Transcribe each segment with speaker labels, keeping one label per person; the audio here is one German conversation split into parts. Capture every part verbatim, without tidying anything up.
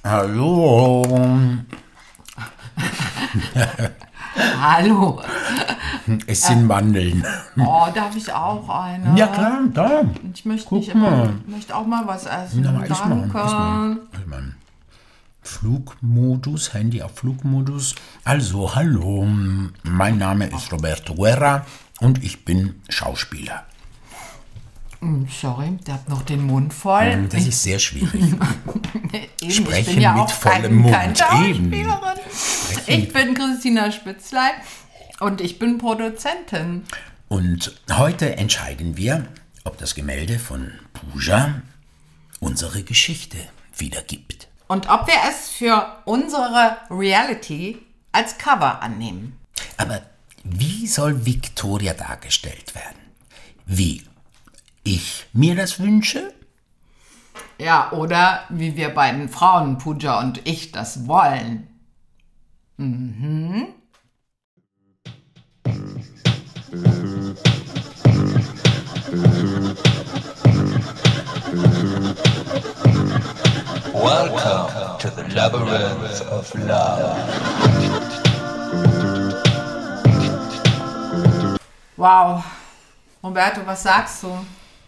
Speaker 1: Hallo.
Speaker 2: Hallo.
Speaker 1: Es sind Mandeln.
Speaker 2: Oh, darf ich auch eine?
Speaker 1: Ja klar, da.
Speaker 2: Ich möchte
Speaker 1: Guck
Speaker 2: nicht immer,
Speaker 1: mal.
Speaker 2: ich möchte auch mal was essen.
Speaker 1: Na, mal, iss mal,
Speaker 2: Danke.
Speaker 1: iss mal, iss mal. Flugmodus, Handy auf Flugmodus. Also, hallo, mein Name ist Roberto Guerra und ich bin Schauspieler.
Speaker 2: Hm, Sorry, der hat noch den Mund voll.
Speaker 1: Das ist sehr schwierig.
Speaker 2: Eben,
Speaker 1: Sprechen
Speaker 2: ich bin ja
Speaker 1: mit
Speaker 2: auch
Speaker 1: vollem
Speaker 2: kein,
Speaker 1: Mund,
Speaker 2: kein Schauspielerin.
Speaker 1: Sprechen
Speaker 2: Ich
Speaker 1: mit-
Speaker 2: bin Christina Spitzley und ich bin Produzentin.
Speaker 1: Und heute entscheiden wir, ob das Gemälde von Pooja unsere Geschichte wiedergibt.
Speaker 2: Und ob wir es für unsere Reality als Cover annehmen.
Speaker 1: Aber wie soll Victoria dargestellt werden? Wie ich mir das wünsche?
Speaker 2: Ja, oder wie wir beiden Frauen, Pooja und ich, das wollen. Mhm.
Speaker 3: Welcome to the labyrinth of love.
Speaker 2: Wow. Roberto, was sagst du?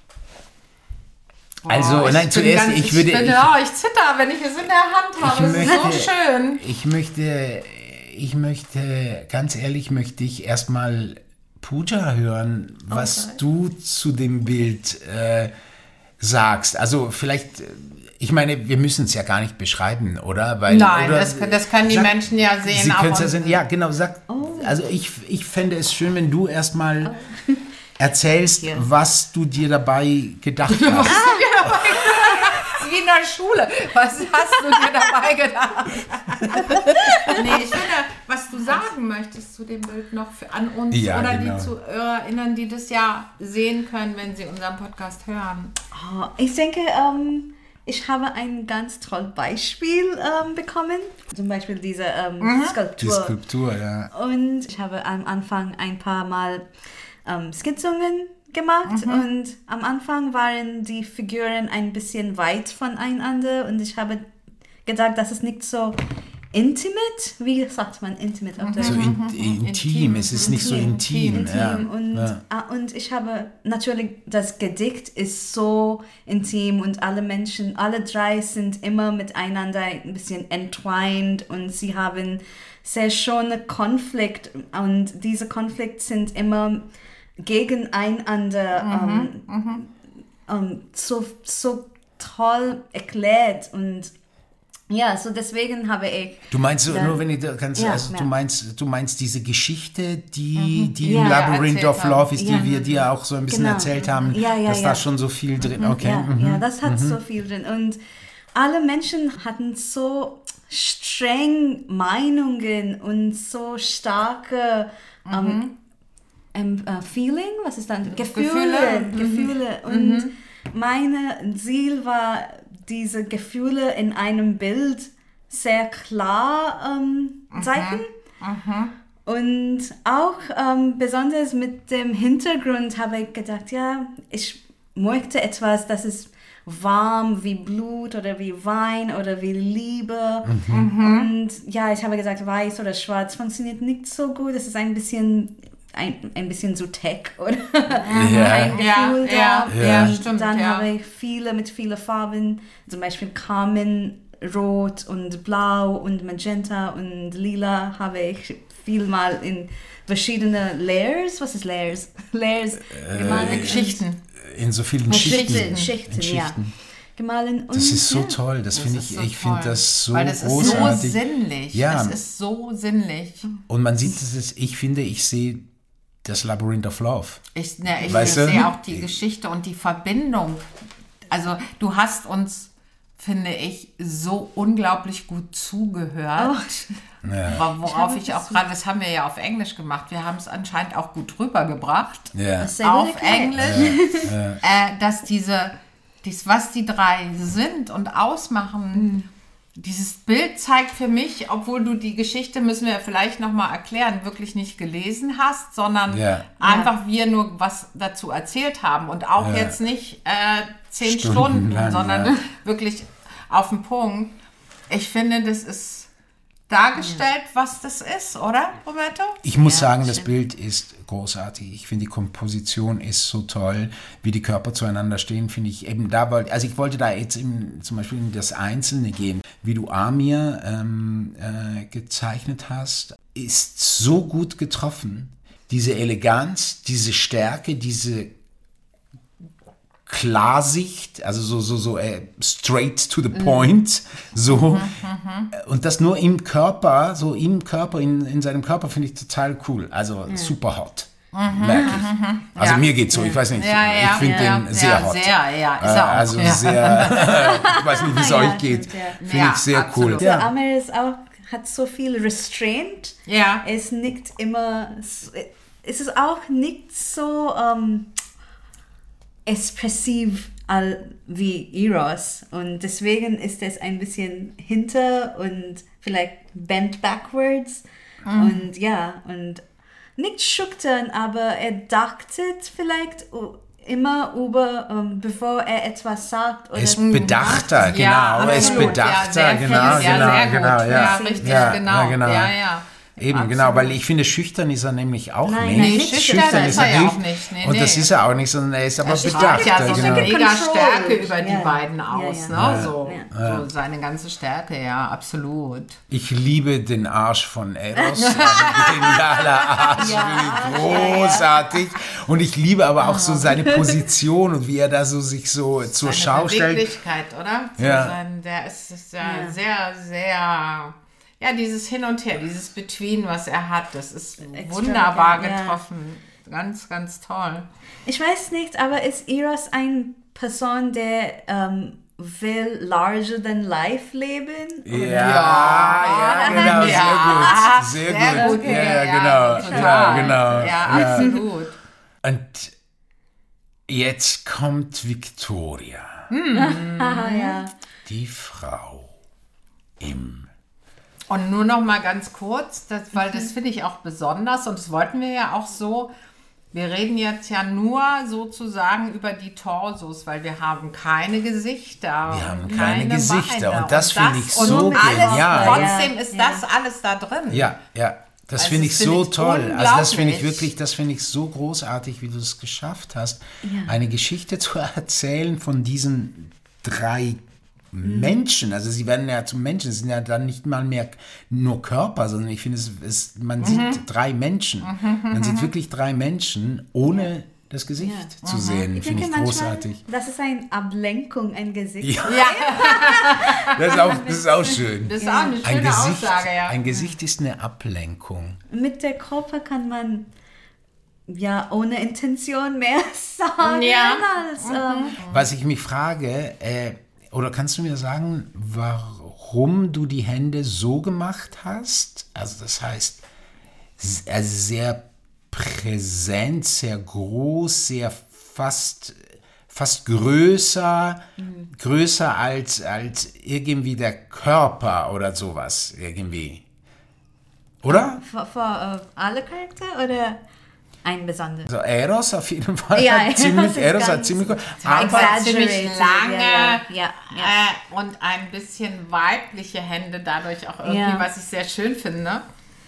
Speaker 2: Boah,
Speaker 1: Also,
Speaker 2: ich
Speaker 1: nein,
Speaker 2: bin
Speaker 1: zuerst,
Speaker 2: ganz,
Speaker 1: ich würde-
Speaker 2: Ich, bin,
Speaker 1: ich-
Speaker 2: oh, ich zitter, wenn ich es in der Hand habe. Es ist so schön.
Speaker 1: Ich möchte, ich möchte, ganz ehrlich, möchte ich erstmal Pooja hören, was
Speaker 2: Okay.
Speaker 1: du zu dem Bild äh, sagst. Also vielleicht, äh, ich meine, wir müssen es ja gar nicht beschreiben, oder? Weil,
Speaker 2: Nein,
Speaker 1: oder,
Speaker 2: das, das können die
Speaker 1: sag-
Speaker 2: Menschen ja sehen.
Speaker 1: Sie
Speaker 2: auf
Speaker 1: können es ja
Speaker 2: uns.
Speaker 1: sehen. Ja, genau, sag. Also ich, ich fände es schön, wenn du erstmal erzählst, was du dir dabei gedacht hast.
Speaker 2: Wie in der Schule. Was hast du dir dabei gedacht? Nee, ich finde, was du sagen möchtest zu dem Bild noch für, an uns
Speaker 1: Ja,
Speaker 2: oder
Speaker 1: genau.
Speaker 2: die ZuhörerInnen, die das ja sehen können, wenn sie unseren Podcast hören.
Speaker 4: Oh, ich denke, ähm, ich habe ein ganz tolles Beispiel ähm, bekommen. Zum Beispiel diese ähm,
Speaker 1: Die
Speaker 4: Skulptur.
Speaker 1: Skulptur, ja.
Speaker 4: Und ich habe am Anfang ein paar Mal ähm, Skizzen gemacht und am Anfang waren die Figuren ein bisschen weit voneinander und ich habe gedacht, das ist nicht so intimate. Wie sagt man intimate auf Deutsch?
Speaker 1: So in, intim, es ist nicht so intim.
Speaker 4: Intim.
Speaker 1: Ja.
Speaker 4: Und,
Speaker 1: Ja.
Speaker 4: ah, und ich habe natürlich, das Gedicht ist so intim und alle Menschen, alle drei sind immer miteinander ein bisschen entwined und sie haben sehr schöne Konflikt und diese Konflikte sind immer gegeneinander ähm, ähm, so, so toll erklärt und ja, so deswegen habe ich
Speaker 1: Du meinst so,
Speaker 4: Dann-
Speaker 1: nur wenn ich da kannst,
Speaker 4: Ja,
Speaker 1: also
Speaker 4: ja.
Speaker 1: du meinst, du meinst diese Geschichte, die, die
Speaker 4: Ja,
Speaker 1: im
Speaker 4: ja,
Speaker 1: Labyrinth
Speaker 2: erzählt
Speaker 1: of
Speaker 2: haben.
Speaker 1: Love ist, die
Speaker 4: Ja.
Speaker 1: wir dir auch so ein bisschen
Speaker 4: Genau.
Speaker 1: erzählt haben,
Speaker 4: Ja, ja,
Speaker 1: dass
Speaker 4: ja.
Speaker 1: da schon so viel drin. Okay.
Speaker 4: Ja,
Speaker 1: mhm.
Speaker 4: ja, das hat so viel drin. Und alle Menschen hatten so streng Meinungen und so starke ähm, ähm, äh, Feeling, was ist dann? Gefühle.
Speaker 2: Gefühle.
Speaker 4: Gefühle. Und meine Ziel war, diese Gefühle in einem Bild sehr klar ähm, zeigen. Und auch ähm, besonders mit dem Hintergrund habe ich gedacht, ja, ich möchte etwas, das ist warm wie Blut oder wie Wein oder wie Liebe. Und ja, ich habe gesagt, weiß oder schwarz funktioniert nicht so gut. Es ist ein bisschen, ein, ein bisschen so tech oder
Speaker 1: Ja.
Speaker 4: ein Gefühl
Speaker 2: Ja,
Speaker 4: da.
Speaker 2: ja, ja,
Speaker 4: Und
Speaker 2: stimmt,
Speaker 4: dann
Speaker 2: ja.
Speaker 4: habe ich viele mit vielen Farben, zum Beispiel Carmen, Rot und Blau und Magenta und Lila habe ich viel mal in verschiedene Layers, was ist Layers? Layers gemahlen.
Speaker 2: Geschichten.
Speaker 1: In so vielen
Speaker 4: Schichten,
Speaker 1: Schichten.
Speaker 4: Schichten,
Speaker 1: In
Speaker 4: ja.
Speaker 1: Schichten.
Speaker 4: Gemahlen. Und,
Speaker 1: Das ist so
Speaker 4: ja.
Speaker 1: toll, das, finde ich,
Speaker 2: ist so
Speaker 1: ich finde
Speaker 2: toll.
Speaker 1: das so
Speaker 2: Weil das ist
Speaker 1: großartig.
Speaker 2: so sinnlich.
Speaker 1: Ja.
Speaker 2: Es ist so sinnlich.
Speaker 1: Und man sieht, dass es, ich finde, ich sehe das Labyrinth of Love.
Speaker 2: Ich, ne, ich
Speaker 1: Weißt du?
Speaker 2: sehe auch die Geschichte und die Verbindung. Also du hast uns, finde ich, so unglaublich gut zugehört. Wa- Worauf ich auch gerade, das haben wir ja auf Englisch gemacht, wir haben es anscheinend auch gut rübergebracht.
Speaker 1: Ja.
Speaker 4: Sehr
Speaker 2: Auf
Speaker 4: gut erklärt.
Speaker 2: Englisch, Äh, dass diese, dies, was die drei sind und ausmachen, dieses Bild zeigt für mich, obwohl du die Geschichte, müssen wir vielleicht nochmal erklären, wirklich nicht gelesen hast, sondern
Speaker 1: Ja.
Speaker 2: einfach wir nur was dazu erzählt haben und auch
Speaker 1: Ja.
Speaker 2: jetzt nicht äh, zehn
Speaker 1: Stundenlang,
Speaker 2: Stunden, sondern
Speaker 1: ja.
Speaker 2: wirklich auf den Punkt. Ich finde, das ist dargestellt, was das ist, oder, Roberto?
Speaker 1: Ich muss
Speaker 4: Ja,
Speaker 1: sagen, das
Speaker 4: stimmt.
Speaker 1: Bild ist großartig. Ich finde, die Komposition ist so toll, wie die Körper zueinander stehen, finde ich eben da, wollte, also ich wollte da jetzt im, zum Beispiel in das Einzelne gehen, wie du Amir ähm, äh, gezeichnet hast, ist so gut getroffen. Diese Eleganz, diese Stärke, diese Klarsicht, also so, so, so äh, straight to the point, so. Und das nur im Körper, so im Körper, in, in seinem Körper finde ich total cool. Also super hot, merke ich. Also
Speaker 2: Ja.
Speaker 1: mir geht's so, ich weiß nicht,
Speaker 2: Ja, ja,
Speaker 1: ich finde
Speaker 2: ja,
Speaker 1: den sehr
Speaker 2: ja,
Speaker 1: hot.
Speaker 2: Sehr, ja, ist
Speaker 1: Äh,
Speaker 2: er auch.
Speaker 1: also
Speaker 2: ja.
Speaker 1: sehr, ich weiß nicht, wie es
Speaker 4: Ja,
Speaker 1: euch geht,
Speaker 4: stimmt, ja.
Speaker 1: finde
Speaker 2: Ja,
Speaker 1: ich sehr
Speaker 2: absolut.
Speaker 1: cool.
Speaker 4: Der Amir ist auch, hat so viel Restraint.
Speaker 2: Ja.
Speaker 4: Er ist nicht immer, es ist auch nicht so ähm, expressiv all, wie Eros. Und deswegen ist es ein bisschen hinter und vielleicht bent backwards.
Speaker 2: Mhm.
Speaker 4: Und ja, und nicht schüchtern, aber er dachtet vielleicht u- immer über, ähm, bevor er etwas sagt. Oder
Speaker 1: Er ist bedachter, genau,
Speaker 2: Ja,
Speaker 1: er ist
Speaker 2: absolut.
Speaker 1: bedachter,
Speaker 2: ja, sehr
Speaker 1: genau,
Speaker 2: viel, ja,
Speaker 1: genau,
Speaker 2: sehr gut.
Speaker 1: genau, ja.
Speaker 2: ja, richtig,
Speaker 1: Ja,
Speaker 2: genau.
Speaker 1: ja, genau.
Speaker 2: Ja, ja.
Speaker 1: Eben,
Speaker 2: Absolut.
Speaker 1: genau, weil ich finde, schüchtern ist er nämlich auch
Speaker 4: Nein,
Speaker 1: nicht.
Speaker 4: nein,
Speaker 2: nicht schüchtern ist er ja auch nicht. Nee,
Speaker 1: und
Speaker 2: nee.
Speaker 1: das ist er auch nicht, sondern er ist aber
Speaker 2: Er strahlt
Speaker 1: bedachter.
Speaker 2: ja so
Speaker 1: genau.
Speaker 2: eine mega
Speaker 4: Control.
Speaker 2: Stärke über die
Speaker 4: Ja.
Speaker 2: beiden
Speaker 4: Ja,
Speaker 2: aus,
Speaker 4: ja.
Speaker 2: ne? So,
Speaker 4: Ja.
Speaker 2: so seine ganze Stärke, ja, absolut.
Speaker 1: Ich liebe den Arsch von Eros. Ein genialer Arsch, finde ich großartig. Und ich liebe aber auch so seine Position und wie er da so sich so zur
Speaker 2: Seine
Speaker 1: Schau stellt.
Speaker 2: Beweglichkeit, oder? So
Speaker 1: Ja.
Speaker 2: sein, der ist, ist ja,
Speaker 4: Ja.
Speaker 2: sehr, sehr, ja, dieses Hin und Her, dieses Between, was er hat, das ist
Speaker 4: Extra,
Speaker 2: wunderbar
Speaker 4: ja.
Speaker 2: getroffen. Ganz, ganz toll.
Speaker 4: Ich weiß nicht, aber ist Eros eine Person, der ähm, will larger than life leben?
Speaker 1: Ja, ja, genau, sehr
Speaker 2: Ja,
Speaker 1: gut. Sehr,
Speaker 2: sehr
Speaker 1: gut.
Speaker 2: gut,
Speaker 1: Ja,
Speaker 2: ja,
Speaker 1: genau.
Speaker 2: total.
Speaker 1: Ja, genau.
Speaker 2: Ja, absolut.
Speaker 1: Und jetzt kommt Victoria,
Speaker 4: Ah, ja.
Speaker 1: die Frau im
Speaker 2: Und nur noch mal ganz kurz, das, weil das finde ich auch besonders und das wollten wir ja auch so. Wir reden jetzt ja nur sozusagen über die Torsos, weil wir haben keine Gesichter.
Speaker 1: Wir haben
Speaker 2: und
Speaker 1: keine Gesichter
Speaker 2: Beine.
Speaker 1: und das finde ich
Speaker 2: und
Speaker 1: so
Speaker 2: alles,
Speaker 1: genial.
Speaker 2: Trotzdem
Speaker 4: Ja,
Speaker 2: ist
Speaker 4: ja.
Speaker 2: das alles da drin.
Speaker 1: Ja, ja. Das
Speaker 2: Also
Speaker 1: finde
Speaker 2: das
Speaker 1: ich
Speaker 2: finde
Speaker 1: so
Speaker 2: ich
Speaker 1: toll. Also das finde ich
Speaker 2: unglaublich.
Speaker 1: wirklich, das finde ich so großartig, wie du es geschafft hast,
Speaker 4: Ja.
Speaker 1: eine Geschichte zu erzählen von diesen drei Menschen. Also sie werden ja zum Menschen, es sind ja dann nicht mal mehr nur Körper, sondern ich finde, es ist, man sieht
Speaker 2: Mhm.
Speaker 1: drei Menschen. Man sieht wirklich drei Menschen, ohne das Gesicht
Speaker 4: Ja.
Speaker 1: zu sehen.
Speaker 4: Ich
Speaker 1: Finde
Speaker 4: denke
Speaker 1: ich
Speaker 4: manchmal,
Speaker 1: großartig.
Speaker 4: das ist eine Ablenkung, ein Gesicht.
Speaker 1: Ja,
Speaker 2: Ja,
Speaker 1: das ist auch, das ist auch schön.
Speaker 2: das ist auch eine schöne
Speaker 1: Ein Gesicht,
Speaker 2: Aussage, ja.
Speaker 1: ein Gesicht ist eine Ablenkung.
Speaker 4: Mit der Körper kann man ja ohne Intention mehr sagen
Speaker 2: Ja.
Speaker 4: als ähm,
Speaker 1: Was ich mich frage, äh, oder kannst du mir sagen, warum du die Hände so gemacht hast? Also das heißt, s- also sehr präsent, sehr groß, sehr fast, fast größer, größer als, als irgendwie der Körper oder sowas irgendwie. Oder?
Speaker 4: für, für äh, alle Charaktere oder ein besonderes?
Speaker 1: Also Eros auf jeden Fall
Speaker 4: Ja,
Speaker 1: hat
Speaker 4: Eros
Speaker 1: ziemlich,
Speaker 4: ist
Speaker 1: Eros hat
Speaker 4: ganz-
Speaker 1: ziemlich,
Speaker 2: Aber
Speaker 4: Exaggerated,
Speaker 2: ziemlich lange
Speaker 4: ja, ja, ja,
Speaker 2: Äh, und ein bisschen weibliche Hände dadurch auch irgendwie,
Speaker 4: Ja.
Speaker 2: was ich sehr schön finde.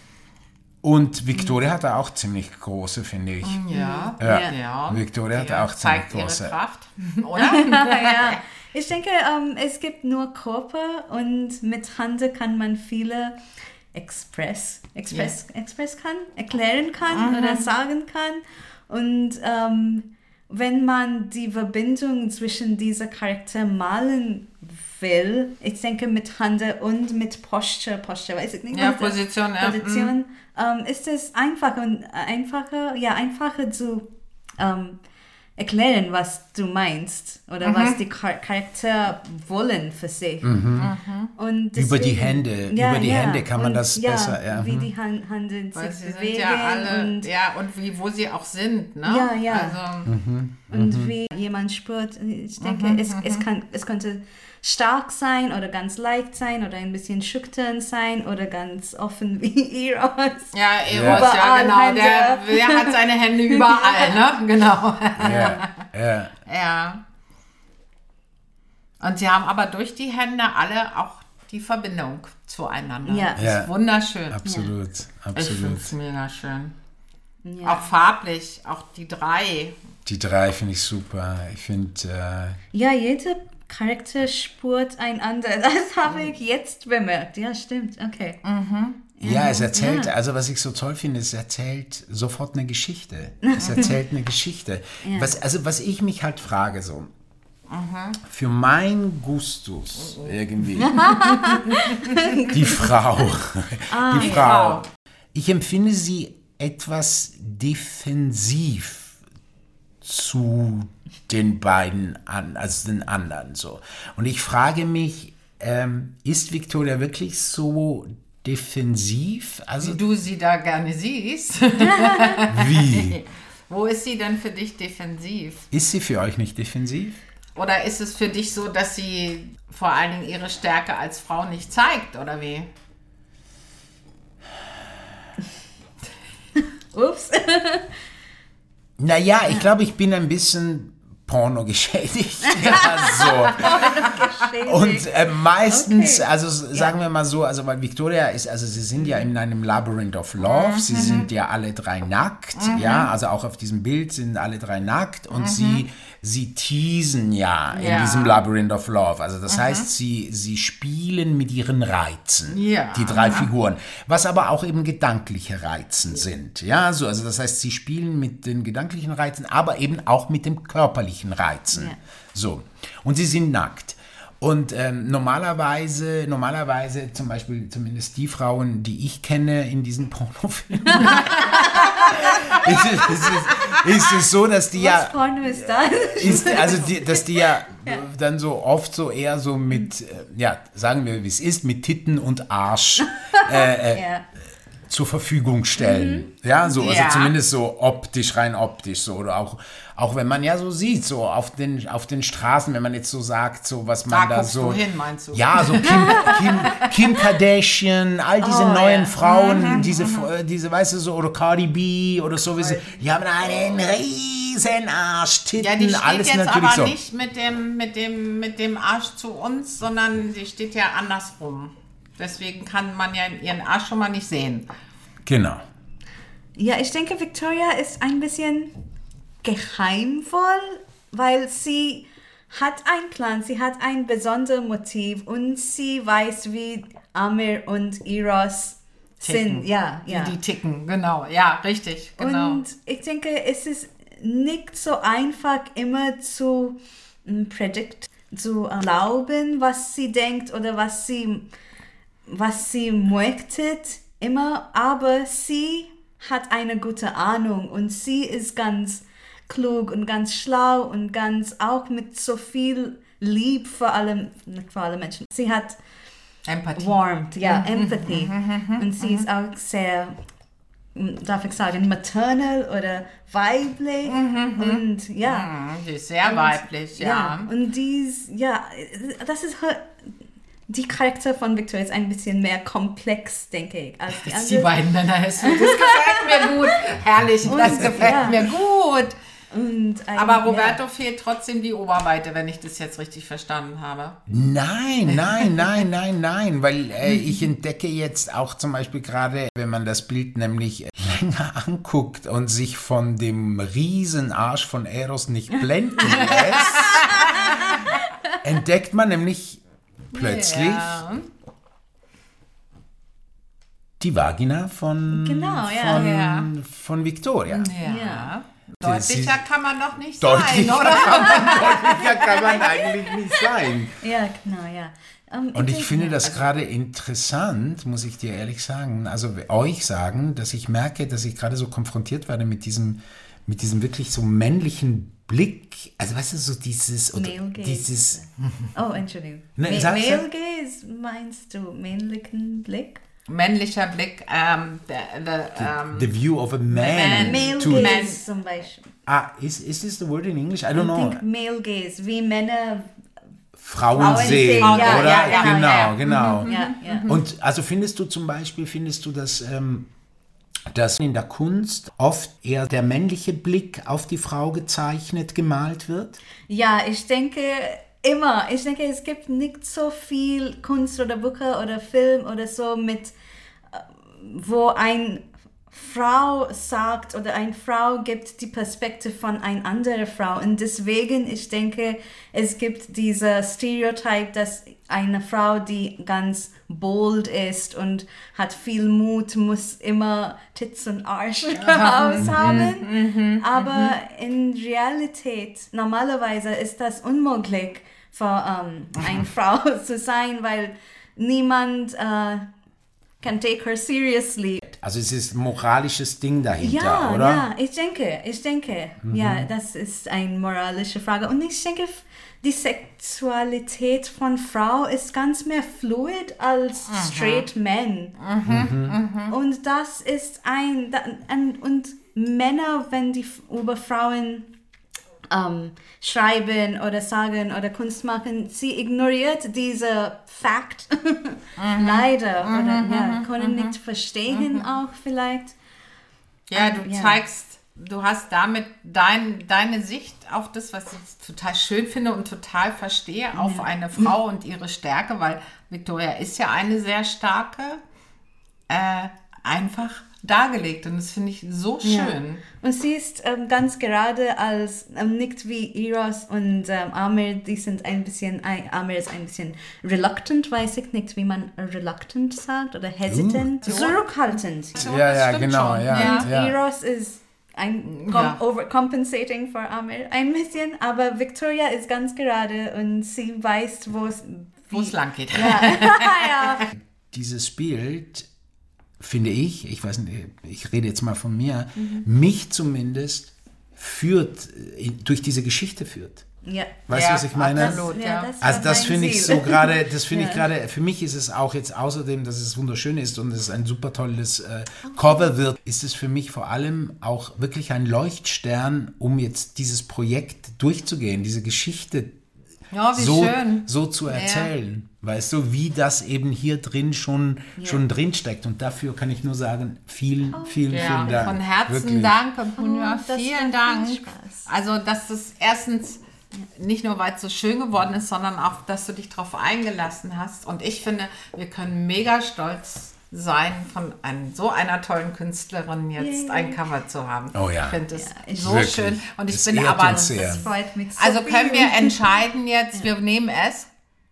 Speaker 1: und Victoria hat da auch ziemlich große, finde ich.
Speaker 2: Ja,
Speaker 1: Ja.
Speaker 2: ja.
Speaker 1: Victoria hat
Speaker 2: Die
Speaker 1: auch ziemlich
Speaker 2: zeigt ihre
Speaker 1: große.
Speaker 2: Kraft, oder?
Speaker 4: Ja, ich denke, ähm, es gibt nur Körper und mit Hand kann man viele express, express, express kann, erklären kann oder sagen kann. Und ähm, wenn man die Verbindung zwischen dieser Charakter malen will, ich denke mit Hand und mit Posture, Posture, weiß ich nicht.
Speaker 2: Ja,
Speaker 4: was das-
Speaker 2: Position, ja,
Speaker 4: Position ähm, ist es einfacher und einfacher, ja, einfacher zu ähm, erklären, was du meinst oder
Speaker 2: Mhm.
Speaker 4: was die Char Charakter wollen für sich. Und
Speaker 1: Über die
Speaker 4: deswegen-
Speaker 1: Hände, über die Hände kann man
Speaker 4: und,
Speaker 1: das
Speaker 4: ja,
Speaker 1: besser, ja,
Speaker 4: wie
Speaker 1: mhm.
Speaker 4: die Hand, Hände
Speaker 2: Weil
Speaker 4: sich
Speaker 2: sie sind
Speaker 4: bewegen
Speaker 2: ja alle,
Speaker 4: und,
Speaker 2: ja, und wie, wo sie auch sind, ne?
Speaker 4: Ja, ja.
Speaker 2: Also,
Speaker 4: und wie jemand spürt. Ich denke,
Speaker 2: Mhm,
Speaker 4: es, es, kann, es könnte stark sein oder ganz leicht sein oder ein bisschen schüchtern sein oder ganz offen wie Eros.
Speaker 2: ja, Eros,
Speaker 1: Ja.
Speaker 2: ja,
Speaker 4: Überall
Speaker 2: genau.
Speaker 4: Hände.
Speaker 2: Der, der hat seine Hände überall, ne? Genau.
Speaker 1: Ja, ja.
Speaker 2: Ja. Und sie haben aber durch die Hände alle auch die Verbindung zueinander.
Speaker 4: Ja.
Speaker 2: Ist
Speaker 1: Ja.
Speaker 2: wunderschön.
Speaker 1: Absolut,
Speaker 2: Ich
Speaker 1: absolut.
Speaker 2: finde es mega schön.
Speaker 4: Ja.
Speaker 2: Auch farblich, auch die drei.
Speaker 1: Die drei finde ich super. Ich finde, äh,
Speaker 4: Ja, jeder Charakter spürt einander. Das habe ich jetzt bemerkt. Ja, stimmt. Okay.
Speaker 1: ja, es erzählt,
Speaker 4: Ja.
Speaker 1: also was ich so toll finde, es erzählt sofort eine Geschichte. Es erzählt eine Geschichte. Was, also was ich mich halt frage so, für mein Gustus irgendwie, die Frau, die Frau, ich empfinde sie etwas defensiv zu den beiden, an, also den anderen so. Und ich frage mich, ähm, ist Victoria wirklich so defensiv? Also
Speaker 2: Wie du sie da gerne siehst.
Speaker 1: wie?
Speaker 2: Wo ist sie denn für dich defensiv?
Speaker 1: Ist sie für euch nicht defensiv?
Speaker 2: Oder ist es für dich so, dass sie vor allen Dingen ihre Stärke als Frau nicht zeigt, oder wie?
Speaker 4: Ups.
Speaker 1: Naja, ich glaube, ich bin ein bisschen Porno geschädigt. Ja, so. Und äh, meistens,
Speaker 4: Okay.
Speaker 1: also s- sagen wir mal so, also weil Victoria ist, also sie sind ja in einem Labyrinth of Love, sie sind ja alle drei nackt, ja, also auch auf diesem Bild sind alle drei nackt und sie, sie teasen ja in
Speaker 2: Ja.
Speaker 1: diesem Labyrinth of Love, also das heißt, sie, sie spielen mit ihren Reizen,
Speaker 2: Ja.
Speaker 1: die drei Figuren, was aber auch eben gedankliche Reizen sind, ja, so, also das heißt, sie spielen mit den gedanklichen Reizen, aber eben auch mit dem körperlichen Reizen,
Speaker 4: Ja.
Speaker 1: so, und sie sind nackt. Und ähm, normalerweise, normalerweise zum Beispiel zumindest die Frauen, die ich kenne in diesen Pornofilmen, ist, es, ist, es, ist es so, dass die
Speaker 4: Was
Speaker 1: ja,
Speaker 4: Porno ist das?
Speaker 1: ist, also die, dass die ja, dann so oft so eher so mit, äh, ja, sagen wir wie es ist, mit Titten und Arsch
Speaker 4: Ja.
Speaker 1: zur Verfügung stellen. Ja, so, also
Speaker 2: Ja.
Speaker 1: zumindest so optisch, rein optisch, so, oder auch, auch wenn man ja so sieht, so auf den, auf den Straßen, wenn man jetzt so sagt, so was man
Speaker 2: Da
Speaker 1: da
Speaker 2: guckst
Speaker 1: so.
Speaker 2: du hin, meinst du?
Speaker 1: Ja, so Kim, Kim, Kim Kardashian, all diese
Speaker 4: Oh,
Speaker 1: neuen
Speaker 4: ja.
Speaker 1: Frauen, diese, äh, diese, weißt du, so, oder Cardi B oder so, wie sie, die haben einen riesen Arsch, Titten,
Speaker 2: Ja, die steht
Speaker 1: alles
Speaker 2: jetzt
Speaker 1: natürlich
Speaker 2: aber
Speaker 1: so.
Speaker 2: nicht mit dem, mit, dem, mit dem Arsch zu uns, sondern sie steht ja andersrum. Deswegen kann man ja ihren Arsch schon mal nicht sehen.
Speaker 1: Genau.
Speaker 4: Ja, ich denke, Victoria ist ein bisschen geheimvoll, weil sie hat einen Plan, sie hat ein besonderes Motiv und sie weiß, wie Amir und Eros
Speaker 2: Ticken.
Speaker 4: sind. Ja, ja.
Speaker 2: Wie die ticken, genau. Ja, richtig, genau.
Speaker 4: Und ich denke, es ist nicht so einfach immer zu mm, predict, zu äh, glauben, was sie denkt oder was sie, was sie möchte, immer, aber sie hat eine gute Ahnung und sie ist ganz klug und ganz schlau und ganz auch mit so viel Lieb für alle, nicht für alle Menschen. Sie hat
Speaker 2: Empathie.
Speaker 4: warmth, ja, Empathy. Und sie ist auch sehr, darf ich sagen, maternal oder weiblich. Und ja.
Speaker 2: Mhm, die ist sehr weiblich, ja.
Speaker 4: Und dies, ja, das ist her- die Charakter von Victoria ist ein bisschen mehr komplex, denke ich, als die
Speaker 2: Als die
Speaker 4: anderen.
Speaker 2: beiden Männer ist. Das gefällt mir gut. Herrlich, das
Speaker 4: Und,
Speaker 2: gefällt
Speaker 4: ja.
Speaker 2: mir gut.
Speaker 4: Und ein,
Speaker 2: Aber Roberto fehlt trotzdem die Oberweite, wenn ich das jetzt richtig verstanden habe.
Speaker 1: Nein, nein, nein, nein, nein, weil äh, ich entdecke jetzt auch zum Beispiel gerade, wenn man das Bild nämlich länger anguckt und sich von dem Riesenarsch von Eros nicht blenden lässt, entdeckt man nämlich plötzlich
Speaker 2: Ja.
Speaker 1: die Vagina von,
Speaker 4: Genau, ja.
Speaker 1: von,
Speaker 2: Ja.
Speaker 1: von Victoria.
Speaker 2: Ja.
Speaker 4: Ja.
Speaker 2: Deutlicher kann man doch nicht
Speaker 1: Deutlicher
Speaker 2: sein, oder?
Speaker 1: kann man, deutlicher kann man eigentlich nicht sein.
Speaker 4: Ja, genau, ja. Ähm,
Speaker 1: Und ich
Speaker 4: denke-
Speaker 1: finde das gerade interessant, muss ich dir ehrlich sagen, also euch sagen, dass ich merke, dass ich gerade so konfrontiert werde mit diesem, mit diesem wirklich so männlichen Blick, also weißt du, so dieses, oder
Speaker 4: Male gaze.
Speaker 1: dieses,
Speaker 4: Oh, Entschuldigung.
Speaker 1: Ne,
Speaker 4: Ma-
Speaker 1: sag-
Speaker 4: Male
Speaker 1: sag-
Speaker 4: gaze meinst du männlichen Blick?
Speaker 2: Männlicher Blick, ähm, der, der, ähm,
Speaker 1: the view of a man.
Speaker 2: Man.
Speaker 4: Male
Speaker 1: to,
Speaker 2: Man.
Speaker 4: gaze zum Beispiel.
Speaker 1: ah, is, is this the word in English? I don't
Speaker 4: Ich
Speaker 1: know.
Speaker 4: denke Male gaze, wie Männer.
Speaker 1: Frauen
Speaker 4: Frauen
Speaker 1: sehen,
Speaker 4: sehen, ja,
Speaker 1: oder?
Speaker 4: ja, ja,
Speaker 1: genau,
Speaker 2: ja.
Speaker 1: genau.
Speaker 4: Ja, ja.
Speaker 1: Und also findest du zum Beispiel, findest du, dass, ähm, dass in der Kunst oft eher der männliche Blick auf die Frau gezeichnet, gemalt wird?
Speaker 4: Ja, ich denke, immer. Ich denke, es gibt nicht so viel Kunst oder Bücher oder Film oder so mit, wo eine Frau sagt oder eine Frau gibt die Perspektive von einer anderen Frau. Und deswegen, ich denke, es gibt dieser Stereotyp, dass eine Frau, die ganz bold ist und hat viel Mut, muss immer Tits und Arsch raus haben. Aber in Realität, normalerweise ist das unmöglich für um, eine Frau zu sein, weil niemand uh, can take her seriously.
Speaker 1: Also es ist ein moralisches Ding dahinter,
Speaker 4: ja,
Speaker 1: oder?
Speaker 4: Ja, ich denke, ich denke, mhm. ja, das ist eine moralische Frage. Und ich denke, die Sexualität von Frau ist ganz mehr fluid als mhm. straight men. Mhm. Mhm. Und das ist ein, und Männer, wenn die über Frauen um, schreiben oder sagen oder Kunst machen, sie ignoriert diese Fakt mhm. leider mhm. oder ja, können mhm. nicht verstehen mhm. auch vielleicht.
Speaker 2: Ja, du ja. zeigst, du hast damit dein, deine Sicht auf das, was ich total schön finde und total verstehe, ja. auf eine Frau und ihre Stärke, weil Victoria ist ja eine sehr starke, äh, einfach dargelegt und das finde ich so schön. Ja.
Speaker 4: Und sie ist ähm, ganz gerade als, ähm, nicht wie Eros und ähm, Amir, die sind ein bisschen, ein, Amir ist ein bisschen reluctant, weiß ich nicht, wie man reluctant sagt oder hesitant, uh. zurückhaltend.
Speaker 1: Ja, ja, genau. Ja,
Speaker 4: ja. ja. Eros ist ein com- ja. overcompensating für Amir ein bisschen, aber Victoria ist ganz gerade und sie weiß, wo es
Speaker 2: wo es lang geht.
Speaker 4: Ja. ja.
Speaker 1: Dieses Bild, finde ich, ich weiß nicht, ich rede jetzt mal von mir, mhm. mich zumindest führt, durch diese Geschichte führt.
Speaker 4: Ja.
Speaker 1: Weißt du,
Speaker 2: ja,
Speaker 1: was ich meine?
Speaker 2: Absolut, ja.
Speaker 4: Das
Speaker 1: also das finde ich so gerade, das finde
Speaker 4: ja.
Speaker 1: ich gerade, für mich ist es auch jetzt außerdem, dass es wunderschön ist und es ein super tolles äh, Cover wird, ist es für mich vor allem auch wirklich ein Leuchtstern, um jetzt dieses Projekt durchzugehen, diese Geschichte
Speaker 2: ja, wie
Speaker 1: so,
Speaker 2: schön.
Speaker 1: so zu erzählen. Ja. Weißt du, wie das eben hier drin schon, ja. schon drin steckt. Und dafür kann ich nur sagen, vielen, oh. vielen,
Speaker 2: ja.
Speaker 1: vielen Dank.
Speaker 2: Von Herzen
Speaker 1: Wirklich.
Speaker 2: Dank, Punja.
Speaker 4: Oh,
Speaker 2: vielen Dank. Also, dass es erstens nicht nur, weil es so schön geworden ist, sondern auch, dass du dich darauf eingelassen hast. Und ich finde, wir können mega stolz sein, von ein, so einer tollen Künstlerin jetzt yeah. ein Cover zu haben.
Speaker 1: Oh ja.
Speaker 2: Ich finde es
Speaker 4: ja,
Speaker 2: so
Speaker 1: wirklich.
Speaker 2: schön. Und ich
Speaker 1: das
Speaker 2: bin aber,
Speaker 1: das
Speaker 4: freut mich so
Speaker 2: also
Speaker 4: viel.
Speaker 2: können wir entscheiden jetzt, ja. wir nehmen es.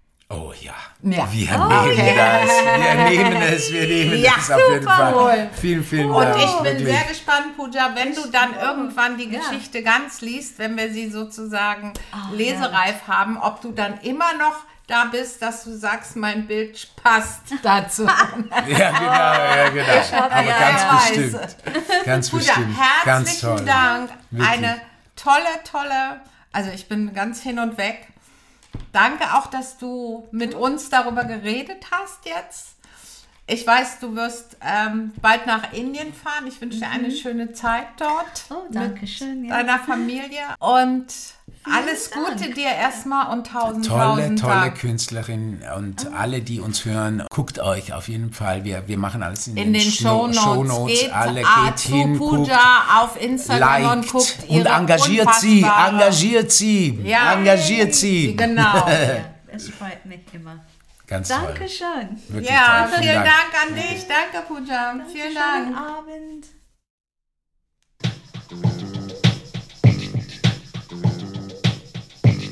Speaker 1: Oh ja,
Speaker 2: ja.
Speaker 1: wir
Speaker 2: oh,
Speaker 1: nehmen
Speaker 2: okay.
Speaker 1: das, wir nehmen es, wir nehmen
Speaker 2: ja,
Speaker 1: es auf jeden Fall.
Speaker 2: Wohl.
Speaker 1: Vielen, vielen
Speaker 2: Und
Speaker 1: Dank.
Speaker 2: ich bin
Speaker 1: wirklich.
Speaker 2: sehr gespannt, Pooja, wenn du dann irgendwann die
Speaker 4: ja.
Speaker 2: Geschichte ganz liest, wenn wir sie sozusagen
Speaker 4: oh,
Speaker 2: lesereif ja. haben, ob du dann immer noch da bist, dass du sagst, mein Bild passt dazu.
Speaker 1: ja, genau, ja, genau. Aber
Speaker 2: ja,
Speaker 1: ganz
Speaker 2: ja,
Speaker 1: bestimmt. Ganz
Speaker 2: Pooja,
Speaker 1: bestimmt.
Speaker 2: herzlichen
Speaker 1: Ganz toll.
Speaker 2: Dank.
Speaker 1: Wirklich.
Speaker 2: Eine tolle, tolle, also ich bin ganz hin und weg. Danke auch, dass du mit uns darüber geredet hast jetzt. Ich weiß, du wirst ähm, bald nach Indien fahren. Ich wünsche dir eine mhm. schöne Zeit dort.
Speaker 4: Oh, danke schön.
Speaker 2: Ja. Deiner Familie. Und alles
Speaker 4: Dank.
Speaker 2: Gute dir erstmal und tausend,
Speaker 1: Tolle,
Speaker 2: tausend
Speaker 1: tolle
Speaker 2: Dank.
Speaker 1: Künstlerin und oh. alle, die uns hören, guckt euch auf jeden Fall. Wir, wir machen alles in,
Speaker 2: in den, den Shownotes.
Speaker 1: Shownotes.
Speaker 2: Geht,
Speaker 1: alle
Speaker 2: ah,
Speaker 1: geht hin,
Speaker 2: Pooja
Speaker 1: guckt,
Speaker 2: auf Instagram
Speaker 1: liked
Speaker 2: und guckt
Speaker 1: und engagiert sie, engagiert sie,
Speaker 2: ja,
Speaker 1: engagiert sie.
Speaker 2: Genau.
Speaker 4: Ja, es freut mich immer.
Speaker 1: Ganz
Speaker 4: Dankeschön.
Speaker 1: toll. Wirklich
Speaker 2: ja,
Speaker 1: toll.
Speaker 2: vielen
Speaker 1: Dank.
Speaker 2: Dank an dich. Danke, Pooja.
Speaker 4: Danke,
Speaker 2: vielen Dank.
Speaker 4: Schönen Abend.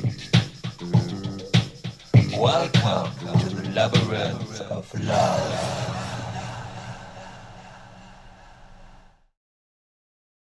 Speaker 3: Welcome to the labyrinth of love.